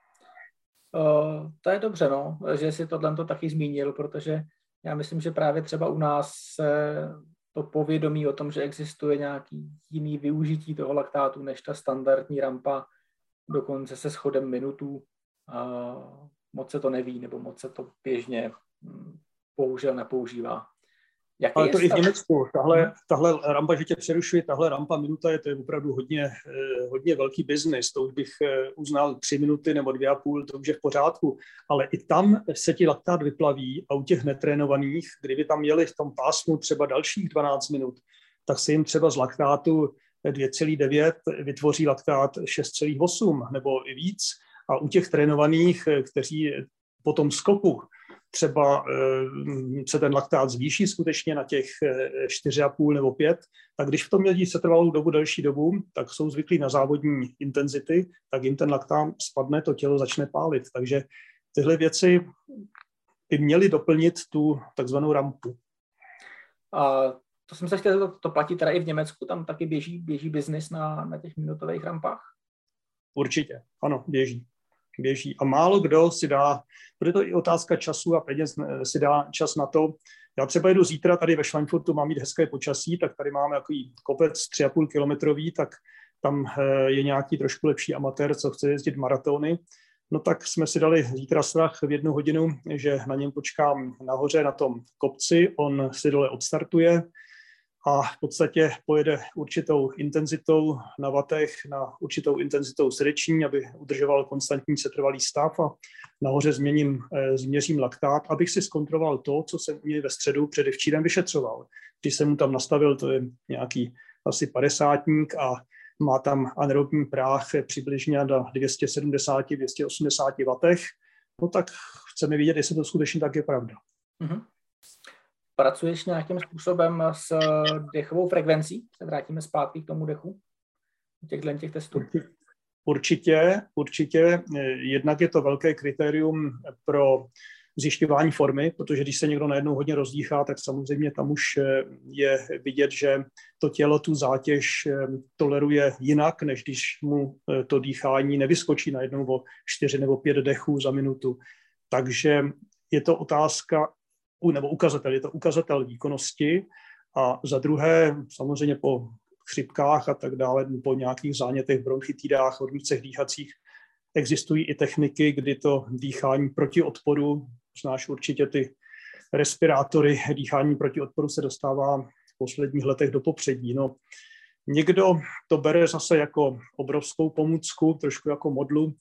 Uh, to je dobře, no, že si tohle to taky zmínil, protože já myslím, že právě třeba u nás se to povědomí o tom, že existuje nějaký jiný využití toho laktátu než ta standardní rampa, dokonce se schodem minutů, uh, moc se to neví, nebo moc se to běžně hm, bohužel nepoužívá. Jaký Ale to i v Německu. Tahle, tahle rampa, že tě přerušuji, tahle rampa minuta je, to je opravdu hodně, hodně velký biznis. To už bych uznal tři minuty nebo dvě a půl, to už je v pořádku. Ale i tam se ti laktát vyplaví a u těch netrénovaných, kdyby tam jeli v tom pásmu třeba dalších dvanáct minut, tak se jim třeba z laktátu dvě celá devět vytvoří laktát šest celá osm nebo i víc. A u těch trénovaných, kteří po tom skoku třeba se ten laktát zvýší skutečně na těch čtyři a půl nebo pět, tak když v tom jedí setrvalou dobu, delší dobu, tak jsou zvyklí na závodní intenzity, tak jim ten laktát spadne, to tělo začne pálit. Takže tyhle věci by měly doplnit tu takzvanou rampu. A to jsem se chtěl, to, to platí teda i v Německu, tam taky běží, běží biznis na, na těch minutových rampách? Určitě, ano, běží. běží. A málo kdo si dá, protože to je i otázka času a peněz, si dá čas na to. Já třeba jedu zítra tady ve Schweinfurtu, mám mít hezké počasí, tak tady máme takový kopec tři a půl kilometrový, tak tam je nějaký trošku lepší amatér, co chce jezdit maratony. No tak jsme si dali zítra strach v jednu hodinu, že na něm počkám nahoře na tom kopci, on si dole odstartuje a v podstatě pojede určitou intenzitou na vatech, na určitou intenzitou srdeční, aby udržoval konstantní setrvalý stav a nahoře změním, změřím laktát, abych si zkontroloval to, co jsem u něj ve středu předevčírem vyšetřoval. Když jsem mu tam nastavil, to je nějaký asi padesátník a má tam anaerobní práh přibližně na dvě stě sedmdesát až dvě stě osmdesát vatech, no tak chceme vidět, jestli to skutečně tak je pravda. Mm-hmm. Pracuješ nějakým způsobem s dechovou frekvencí? Se vrátíme zpátky k tomu dechu? Těchto těch testů? Určitě, určitě. Jednak je to velké kritérium pro zjišťování formy, protože když se někdo najednou hodně rozdýchá, tak samozřejmě tam už je vidět, že to tělo tu zátěž toleruje jinak, než když mu to dýchání nevyskočí najednou o čtyři nebo pět dechů za minutu. Takže je to otázka, nebo ukazatel, je to ukazatel výkonnosti a za druhé samozřejmě po chřipkách a tak dále, po nějakých zánětech, bronchitidách, ornicích dýchacích, existují i techniky, kdy to dýchání proti odporu, znáš určitě ty respirátory, dýchání proti odporu se dostává v posledních letech do popředí. No, někdo to bere zase jako obrovskou pomůcku, trošku jako modlu.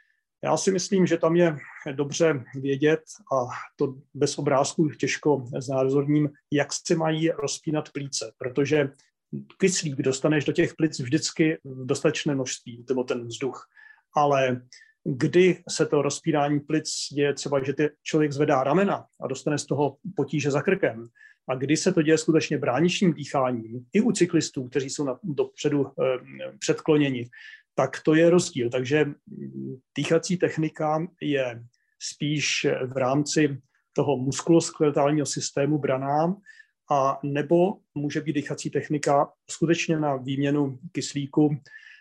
Já si myslím, že tam je dobře vědět, a to bez obrázků těžko znázorním, jak se mají rozpínat plíce, protože kyslík dostaneš do těch plic vždycky v dostatečné množství, nebo ten vzduch. Ale kdy se to rozpínání plic děje třeba, že ty člověk zvedá ramena a dostane z toho potíže za krkem, a kdy se to děje skutečně bráničním dýcháním, i u cyklistů, kteří jsou na, dopředu eh, předkloněni, tak to je rozdíl. Takže dýchací technika je spíš v rámci toho muskuloskeletálního systému braná, a nebo může být dýchací technika skutečně na výměnu kyslíku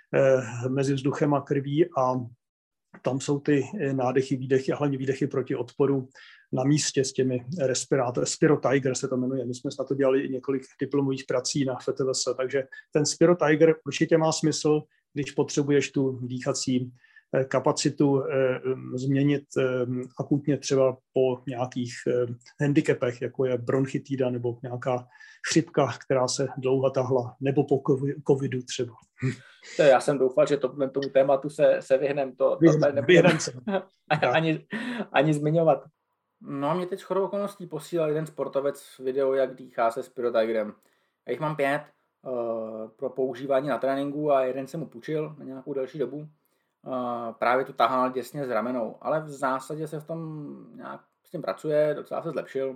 eh, mezi vzduchem a krví, a tam jsou ty nádechy, výdechy a hlavně výdechy proti odporu na místě s těmi respirátory. Spiro Tiger se to jmenuje. My jsme na to dělali i několik diplomových prací na F T V S, takže ten Spiro Tiger určitě má smysl, když potřebuješ tu dýchací kapacitu změnit akutně třeba po nějakých handicapech, jako je bronchitída nebo nějaká chřipka, která se dlouho tahla, nebo po covidu třeba. To já jsem doufal, že to, tomu tématu se, se vyhnem. To, to vyhnem se. ani, ani zmiňovat. No a mě teď shodou okolností posílal jeden sportovec video, jak dýchá se Spiro Tigerem. Já jich mám pět uh, pro používání na tréninku a jeden jsem mu půjčil na nějakou delší dobu. Uh, právě tu tahal těsně s ramenou, ale v zásadě se v tom nějak s tím pracuje, docela se zlepšil.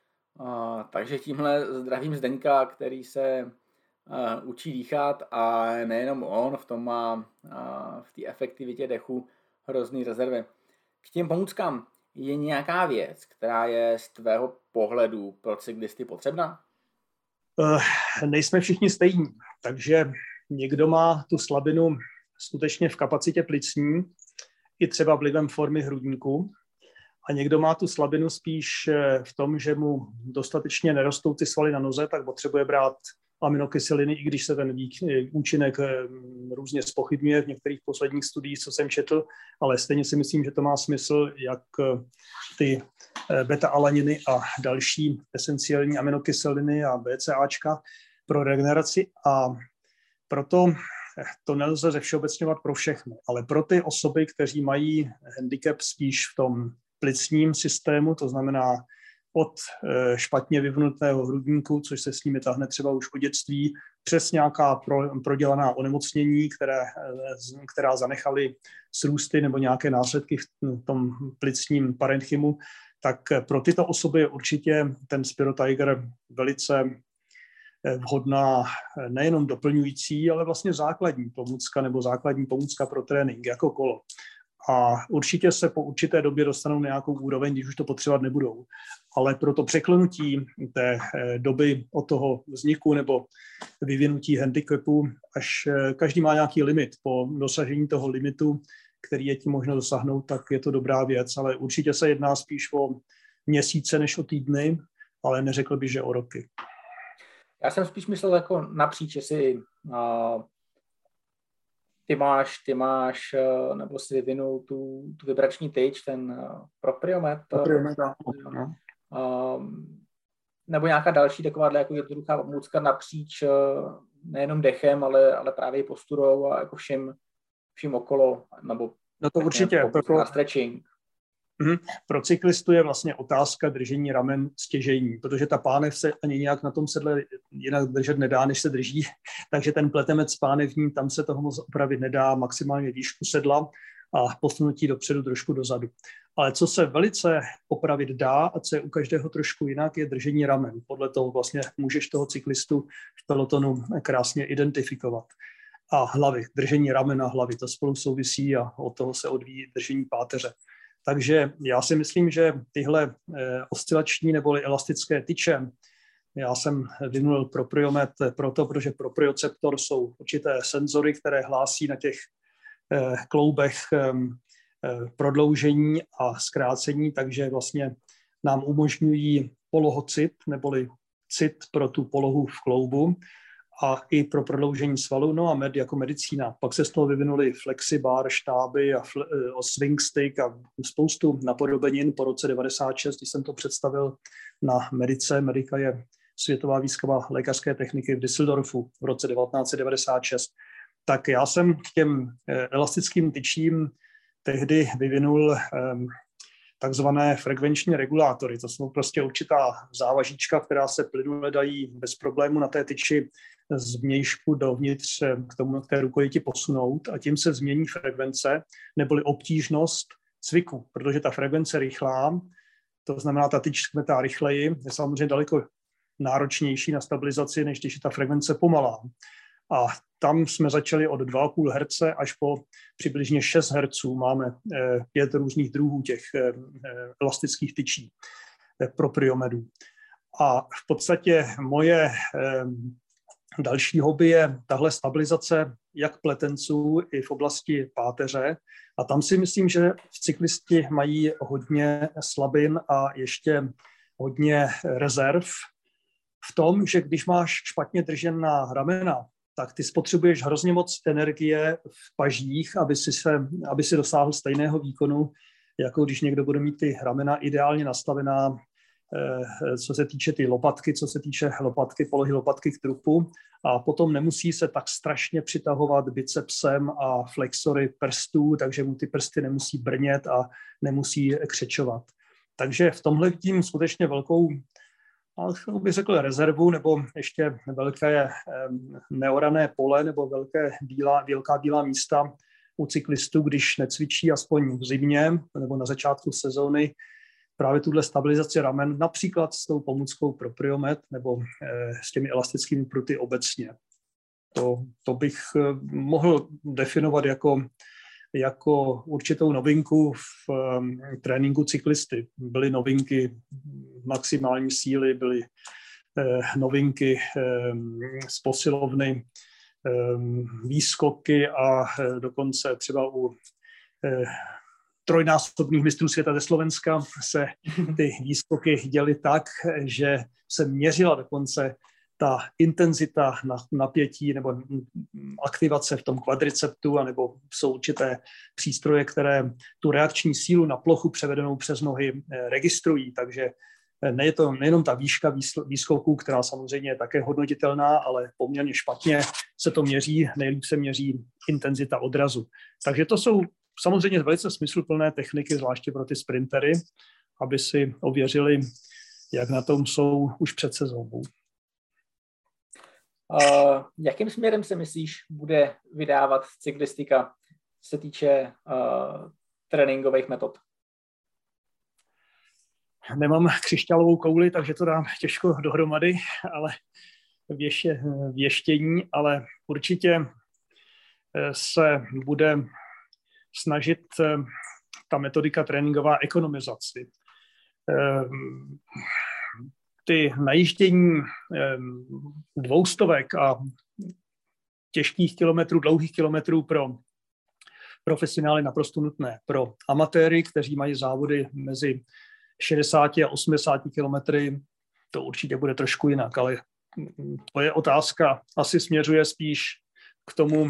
Uh, takže tímhle zdravím Zdeňka, který se uh, učí dýchat, a nejenom on, v tom má uh, v té efektivitě dechu hrozný rezervy. K těm pomůckám je nějaká věc, která je z tvého pohledu pro cyklisty potřebná? Uh, nejsme všichni stejní, takže někdo má tu slabinu skutečně v kapacitě plicní, i třeba vlivem formy hrudníku, a někdo má tu slabinu spíš v tom, že mu dostatečně nerostou ty svaly na noze, tak potřebuje brát aminokyseliny, i když se ten účinek různě zpochybňuje v některých posledních studiích, co jsem četl, ale stejně si myslím, že to má smysl, jak ty beta-alaniny a další esenciální aminokyseliny a B C A čka pro regeneraci, a proto to nelze zevšeobecňovat pro všechny, ale pro ty osoby, kteří mají handicap spíš v tom plicním systému, to znamená od špatně vyvinutého hrudníku, což se s nimi tahne třeba už od dětství, přes nějaká pro, prodělaná onemocnění, které, která zanechaly srůsty nebo nějaké následky v tom plicním parenchymu, tak pro tyto osoby je určitě ten Spiro Tiger velice vhodná nejenom doplňující, ale vlastně základní pomůcka nebo základní pomůcka pro trénink, jako kolo. A určitě se po určité době dostanou na nějakou úroveň, když už to potřebovat nebudou. Ale pro to překlenutí té doby od toho vzniku nebo vyvinutí handicapu, až každý má nějaký limit. Po dosažení toho limitu, který je tím možno dosáhnout, tak je to dobrá věc, ale určitě se jedná spíš o měsíce než o týdny, ale neřekl bych, že o roky. Já jsem spíš myslel jako napříč, jestli uh, ty máš, ty máš uh, nebo si vyvinul tu, tu vibrační tyč, ten uh, propriomet, propriomet uh, uh, nebo nějaká další takováhle jako jednoduchá pomůcka napříč uh, nejenom dechem, ale, ale právě i posturou a jako vším, vším okolo, nebo no to určitě, na stretching. Mm-hmm. Pro cyklistu je vlastně otázka držení ramen stěžejní, protože ta pánev se ani nějak na tom sedle jinak držet nedá, než se drží, takže ten pletemec pánevní, tam se toho moc opravit nedá, maximálně výšku sedla a posunutí dopředu trošku dozadu. Ale co se velice opravit dá a co je u každého trošku jinak, je držení ramen. Podle toho vlastně můžeš toho cyklistu v pelotonu krásně identifikovat. A hlavy, držení ramen a hlavy, to spolu souvisí a od toho se odvíjí držení páteře. Takže já si myslím, že tyhle oscilační nebo elastické tyče, já jsem vyvinul propriomet proto, protože proprioceptor jsou určité senzory, které hlásí na těch kloubech prodloužení a zkrácení, takže vlastně nám umožňují polohocit, neboli cit pro tu polohu v kloubu. a i pro prodloužení svalů, no a med jako medicína. Pak se z toho vyvinuly flexibar, štáby a fl- swing stick a spoustu napodobenin po roce devadesát šest, když jsem to představil na Medice. Medica je světová výzkumná lékařské techniky v Düsseldorfu v roce devatenáct set devadesát šest. Tak já jsem k těm elastickým tyčím tehdy vyvinul um, takzvané frekvenční regulátory. To jsou prostě určitá závažíčka, která se plynule dají bez problému na té tyči z vnějšku dovnitř k tomu, k té rukojeti posunout a tím se změní frekvence neboli obtížnost cviku, protože ta frekvence rychlá, to znamená, ta tyč kmetá rychleji, je samozřejmě daleko náročnější na stabilizaci, než když je ta frekvence pomalá. A tam jsme začali od dva a půl herce až po přibližně šest hertzů. Máme pět různých druhů těch elastických tyčí propriomedů. A v podstatě moje další hobby je tahle stabilizace jak pletenců i v oblasti páteře. A tam si myslím, že cyklisti mají hodně slabin a ještě hodně rezerv v tom, že když máš špatně držená ramena, tak ty spotřebuješ hrozně moc energie v pažích, aby si, se, aby si dosáhl stejného výkonu, jako když někdo bude mít ty ramena ideálně nastavená, co se týče ty lopatky, co se týče lopatky, polohy lopatky k trupu. A potom nemusí se tak strašně přitahovat bicepsem a flexory prstů, takže mu ty prsty nemusí brnět a nemusí křečovat. Takže v tomhle vidím skutečně velkou, ale bych řekl rezervu, nebo ještě velké neorané pole, nebo velké bílá, velká bílá místa u cyklistů, když necvičí aspoň v zimě nebo na začátku sezóny právě tuhle stabilizaci ramen, například s tou pomůckou propriomed nebo s těmi elastickými pruty obecně. To, to bych mohl definovat jako, jako určitou novinku v um, tréninku cyklisty. Byly novinky maximální síly, byly eh, novinky eh, z posilovny, eh, výskoky a eh, dokonce třeba u eh, trojnásobných mistrů světa ze Slovenska se ty výskoky děly tak, že se měřila dokonce ta intenzita na napětí nebo aktivace v tom kvadriceptu, anebo jsou určité přístroje, které tu reakční sílu na plochu převedenou přes nohy registrují. Takže ne je to nejenom ta výška výskoků, která samozřejmě je také hodnotitelná, ale poměrně špatně se to měří, nejlíp se měří intenzita odrazu. Takže to jsou samozřejmě velice smysluplné techniky, zvláště pro ty sprintery, aby si ověřili, jak na tom jsou už před sezónou. Uh, jakým směrem se myslíš, bude vydávat cyklistika, co se týče uh, tréninkových metod? Nemám křišťálovou kouli, takže to dám těžko dohromady, ale věště, věštění, ale určitě se bude snažit ta metodika tréninková ekonomizaci. Ty najíždění dvoustovek a těžkých kilometrů, dlouhých kilometrů pro profesionály naprosto nutné. Pro amatéry, kteří mají závody mezi šedesáti a osmdesáti kilometry, to určitě bude trošku jinak, ale tvoje otázka asi směřuje spíš k tomu.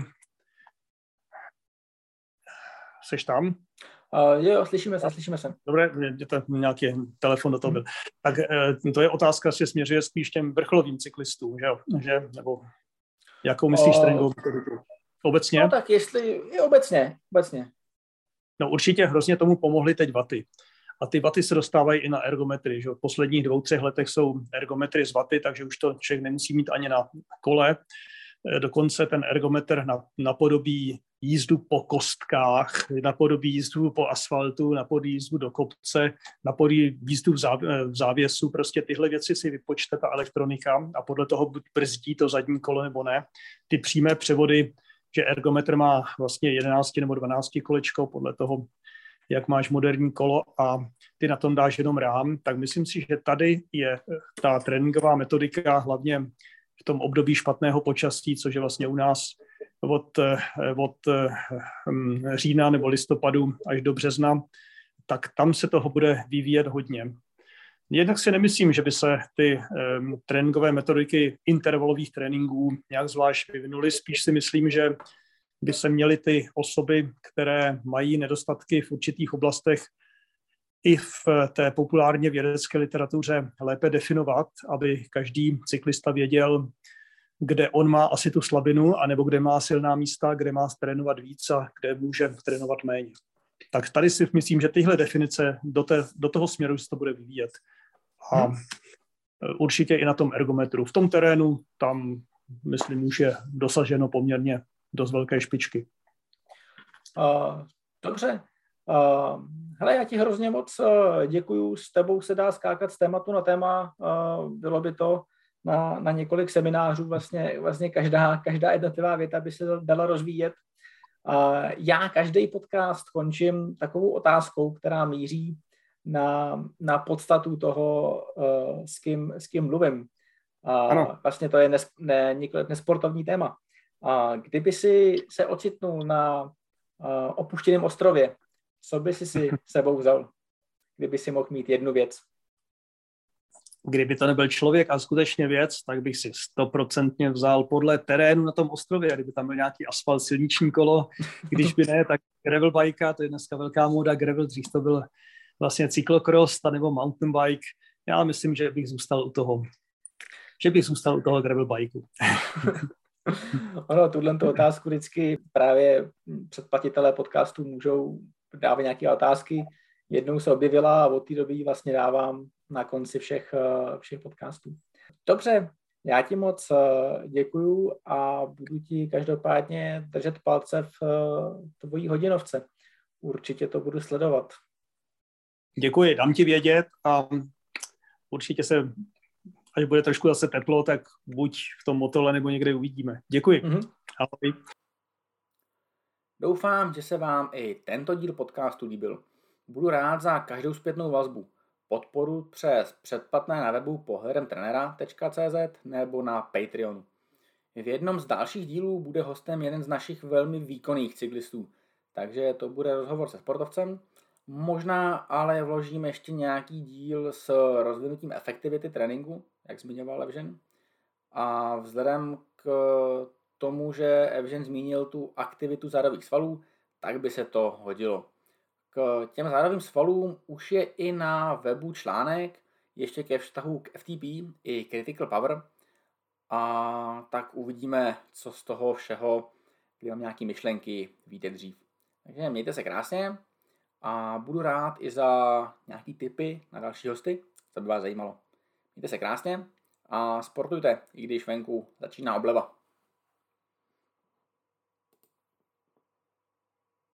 Seš tam? Uh, jo, slyšíme se, slyšíme se. Dobré, to nějaký telefon do toho byl. Tak to je otázka, že směřuje spíš těm vrcholovým cyklistům, že jo? Že, nebo jakou myslíš uh, tréninkovou metodiku? Obecně? No tak jestli, je obecně, obecně. No určitě hrozně tomu pomohly teď vaty. A ty vaty se dostávají i na ergometry. Že? V posledních dvou, třech letech jsou ergometry z vaty, takže už to člověk nemusí mít ani na kole. Dokonce ten ergometr napodobí jízdu po kostkách, napodobí jízdu po asfaltu, napodobí jízdu do kopce, napodobí jízdu v závěsu. Prostě tyhle věci si vypočte ta elektronika a podle toho buď brzdí to zadní kolo nebo ne. Ty přímé převody, že ergometr má vlastně jedenáct nebo dvanáct kolečko podle toho, jak máš moderní kolo a ty na tom dáš jenom rám, tak myslím si, že tady je ta tréninková metodika hlavně v tom období špatného počasí, což je vlastně u nás od, od října nebo listopadu až do března, tak tam se toho bude vyvíjet hodně. Jednak si nemyslím, že by se ty um, tréninkové metodiky intervalových tréninků nějak zvlášť vyvinuly. Spíš si myslím, že by se měly ty osoby, které mají nedostatky v určitých oblastech, i v té populárně vědecké literatuře lépe definovat, aby každý cyklista věděl, kde on má asi tu slabinu, anebo kde má silná místa, kde má trénovat víc a kde může trénovat méně. Tak tady si myslím, že tyhle definice do, té, do toho směru se to bude vyvíjet. A hmm. určitě i na tom ergometru. V tom terénu tam, myslím, už je dosaženo poměrně dost velké špičky. Uh, dobře. Uh, hele, já ti hrozně moc uh, děkuju. S tebou se dá skákat z tématu na téma. Uh, bylo by to na, na několik seminářů. Vlastně, vlastně každá, každá jednotlivá věta by se dala rozvíjet. Uh, já každý podcast končím takovou otázkou, která míří na, na podstatu toho, uh, s, kým, s kým mluvím. Uh, vlastně to je nes, ne, nesportovní téma. Uh, kdyby si se ocitnul na uh, opuštěném ostrově, co by si si sebou vzal, kdyby si mohl mít jednu věc? Kdyby to nebyl člověk a skutečně věc, tak bych si stoprocentně vzal podle terénu na tom ostrově, kdyby tam byl nějaký asfalt, silniční kolo, když by ne, tak gravel bike, to je dneska velká móda, gravel, dřív to byl vlastně cyklocross, nebo mountain bike. Já myslím, že bych zůstal u toho, že bych zůstal u toho gravel bikeu. Ono, tuhle otázku vždycky právě předplatitelé podcastu můžou dávat nějaké otázky. Jednou se objevila a od té doby ji vlastně dávám na konci všech, všech podcastů. Dobře, já ti moc děkuju a budu ti každopádně držet palce v tvojí hodinovce. Určitě to budu sledovat. Děkuji, dám ti vědět a určitě se, až bude trošku zase teplo, tak buď v tom motole nebo někde uvidíme. Děkuji. Mm-hmm. Ahoj. Doufám, že se vám i tento díl podcastu líbil. Budu rád za každou zpětnou vazbu. Podporu přes předplatné na webu pohledemtrenera tečka cé zet nebo na Patreonu. V jednom z dalších dílů bude hostem jeden z našich velmi výkonných cyklistů, takže to bude rozhovor se sportovcem. Možná ale vložím ještě nějaký díl s rozvinutím efektivity tréninku, jak zmiňoval Evžen. A vzhledem k tomu, že Evžen zmínil tu aktivitu zádových svalů, tak by se to hodilo. K těm zádovým svalům už je i na webu článek, ještě ke vztahu k F T P i Critical Power. A tak uvidíme, co z toho všeho, kdy mám nějaké myšlenky, víte dřív. Takže mějte se krásně a budu rád i za nějaký tipy na další hosty, co by vás zajímalo. Mějte se krásně a sportujte, i když venku začíná obleva.